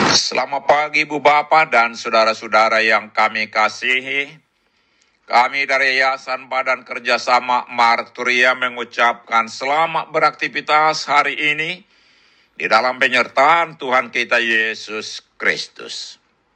Selamat pagi Ibu Bapak dan saudara-saudara yang kami kasihi. Kami dari Yayasan Badan Kerjasama Marturia mengucapkan selamat beraktivitas hari ini di dalam penyertaan Tuhan kita Yesus Kristus.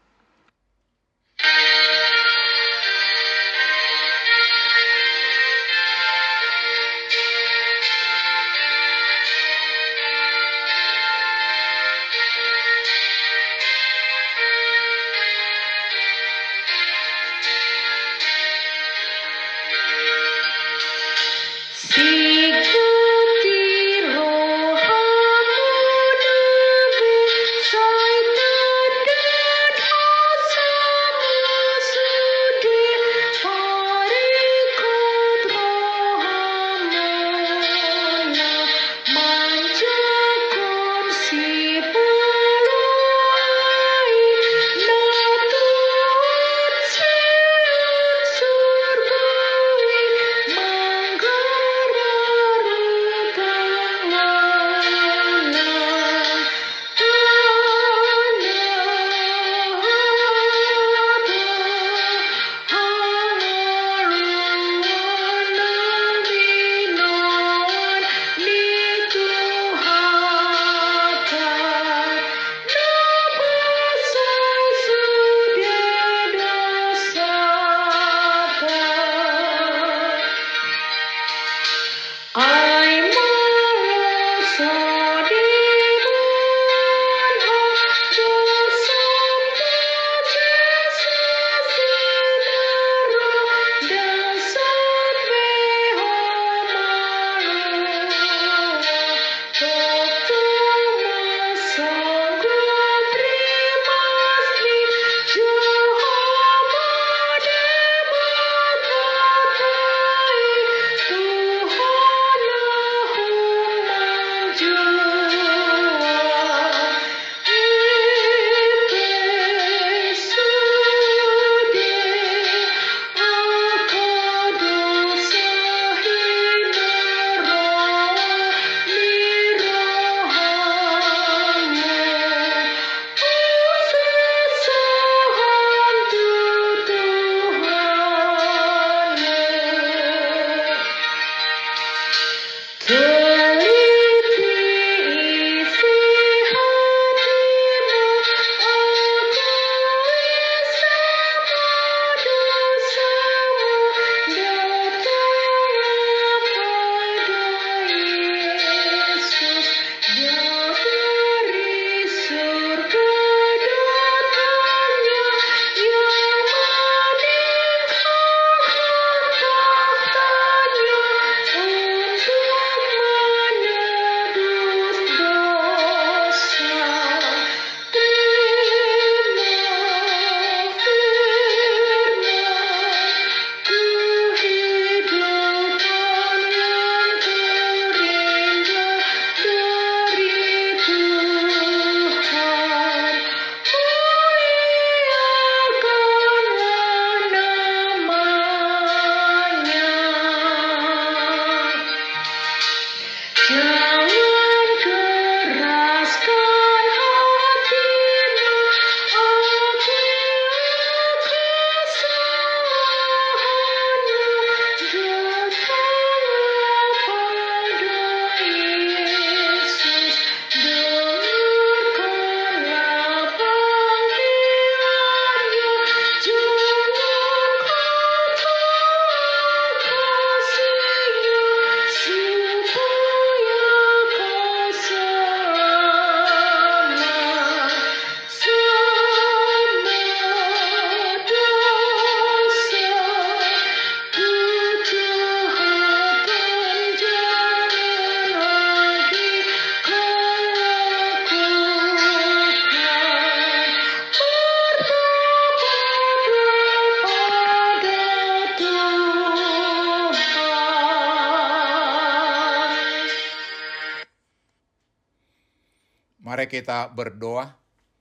Mari kita berdoa.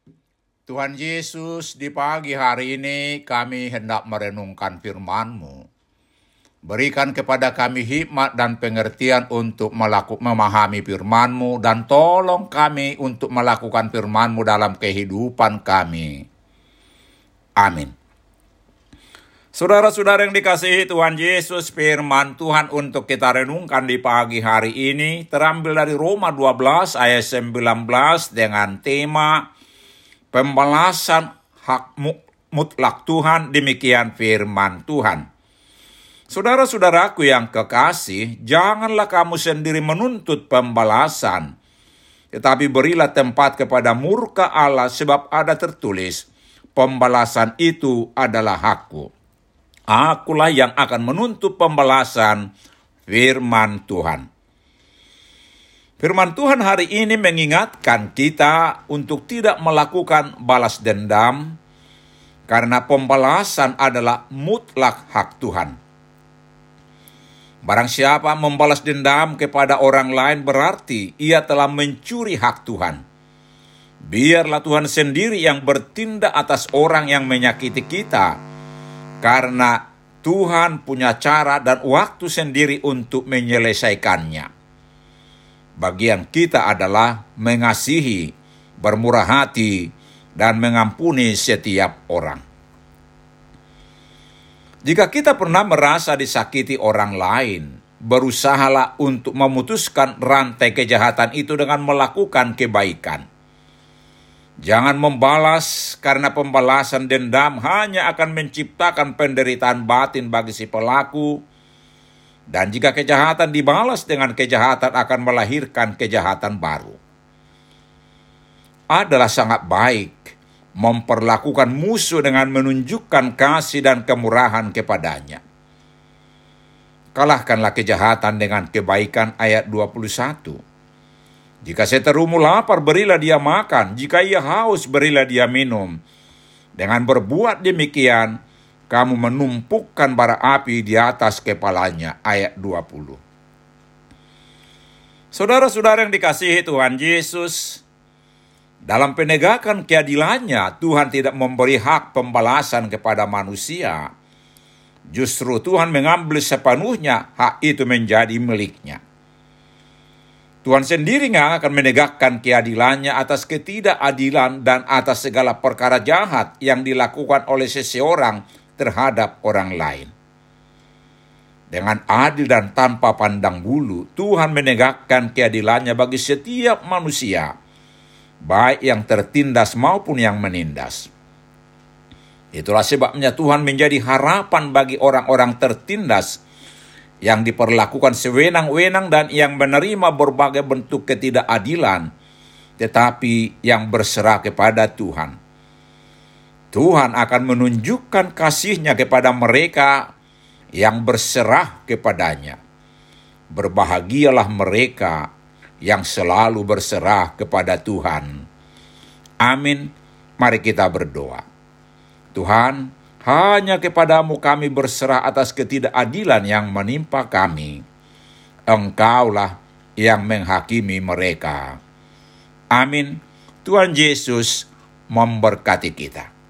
Tuhan Yesus, di pagi hari ini kami hendak merenungkan firman-Mu. Berikan kepada kami hikmat dan pengertian untuk memahami firman-Mu, dan tolong kami untuk melakukan firman-Mu dalam kehidupan kami. Amin. Saudara-saudara yang dikasihi Tuhan Yesus, firman Tuhan untuk kita renungkan di pagi hari ini terambil dari Roma 12 ayat 19 dengan tema pembalasan hak mutlak Tuhan. Demikian firman Tuhan. Saudara-saudaraku yang kekasih, janganlah kamu sendiri menuntut pembalasan, tetapi berilah tempat kepada murka Allah, sebab ada tertulis, pembalasan itu adalah hakku. Akulah yang akan menuntut pembalasan, firman Tuhan. Firman Tuhan hari ini mengingatkan kita untuk tidak melakukan balas dendam, karena pembalasan adalah mutlak hak Tuhan. Barang siapa membalas dendam kepada orang lain berarti ia telah mencuri hak Tuhan. Biarlah Tuhan sendiri yang bertindak atas orang yang menyakiti kita, karena Tuhan punya cara dan waktu sendiri untuk menyelesaikannya. Bagian kita adalah mengasihi, bermurah hati, dan mengampuni setiap orang. Jika kita pernah merasa disakiti orang lain, berusahalah untuk memutuskan rantai kejahatan itu dengan melakukan kebaikan. Jangan membalas, karena pembalasan dendam hanya akan menciptakan penderitaan batin bagi si pelaku. Dan jika kejahatan dibalas dengan kejahatan akan melahirkan kejahatan baru. Adalah sangat baik memperlakukan musuh dengan menunjukkan kasih dan kemurahan kepadanya. Kalahkanlah kejahatan dengan kebaikan, ayat 21. Jika seterumu lapar, berilah dia makan. Jika ia haus, berilah dia minum. Dengan berbuat demikian, kamu menumpukkan bara api di atas kepalanya, ayat 20. Saudara-saudara yang dikasihi Tuhan Yesus, dalam penegakan keadilannya, Tuhan tidak memberi hak pembalasan kepada manusia. Justru Tuhan mengambil sepenuhnya hak itu menjadi miliknya. Tuhan sendiri yang akan menegakkan keadilannya atas ketidakadilan dan atas segala perkara jahat yang dilakukan oleh seseorang terhadap orang lain. Dengan adil dan tanpa pandang bulu, Tuhan menegakkan keadilannya bagi setiap manusia, baik yang tertindas maupun yang menindas. Itulah sebabnya Tuhan menjadi harapan bagi orang-orang tertindas yang diperlakukan sewenang-wenang dan yang menerima berbagai bentuk ketidakadilan, tetapi yang berserah kepada Tuhan. Tuhan akan menunjukkan kasih-Nya kepada mereka yang berserah kepadanya. Berbahagialah mereka yang selalu berserah kepada Tuhan. Amin. Mari kita berdoa. Tuhan, hanya kepadamu kami berserah atas ketidakadilan yang menimpa kami. Engkaulah yang menghakimi mereka. Amin. Tuhan Yesus memberkati kita.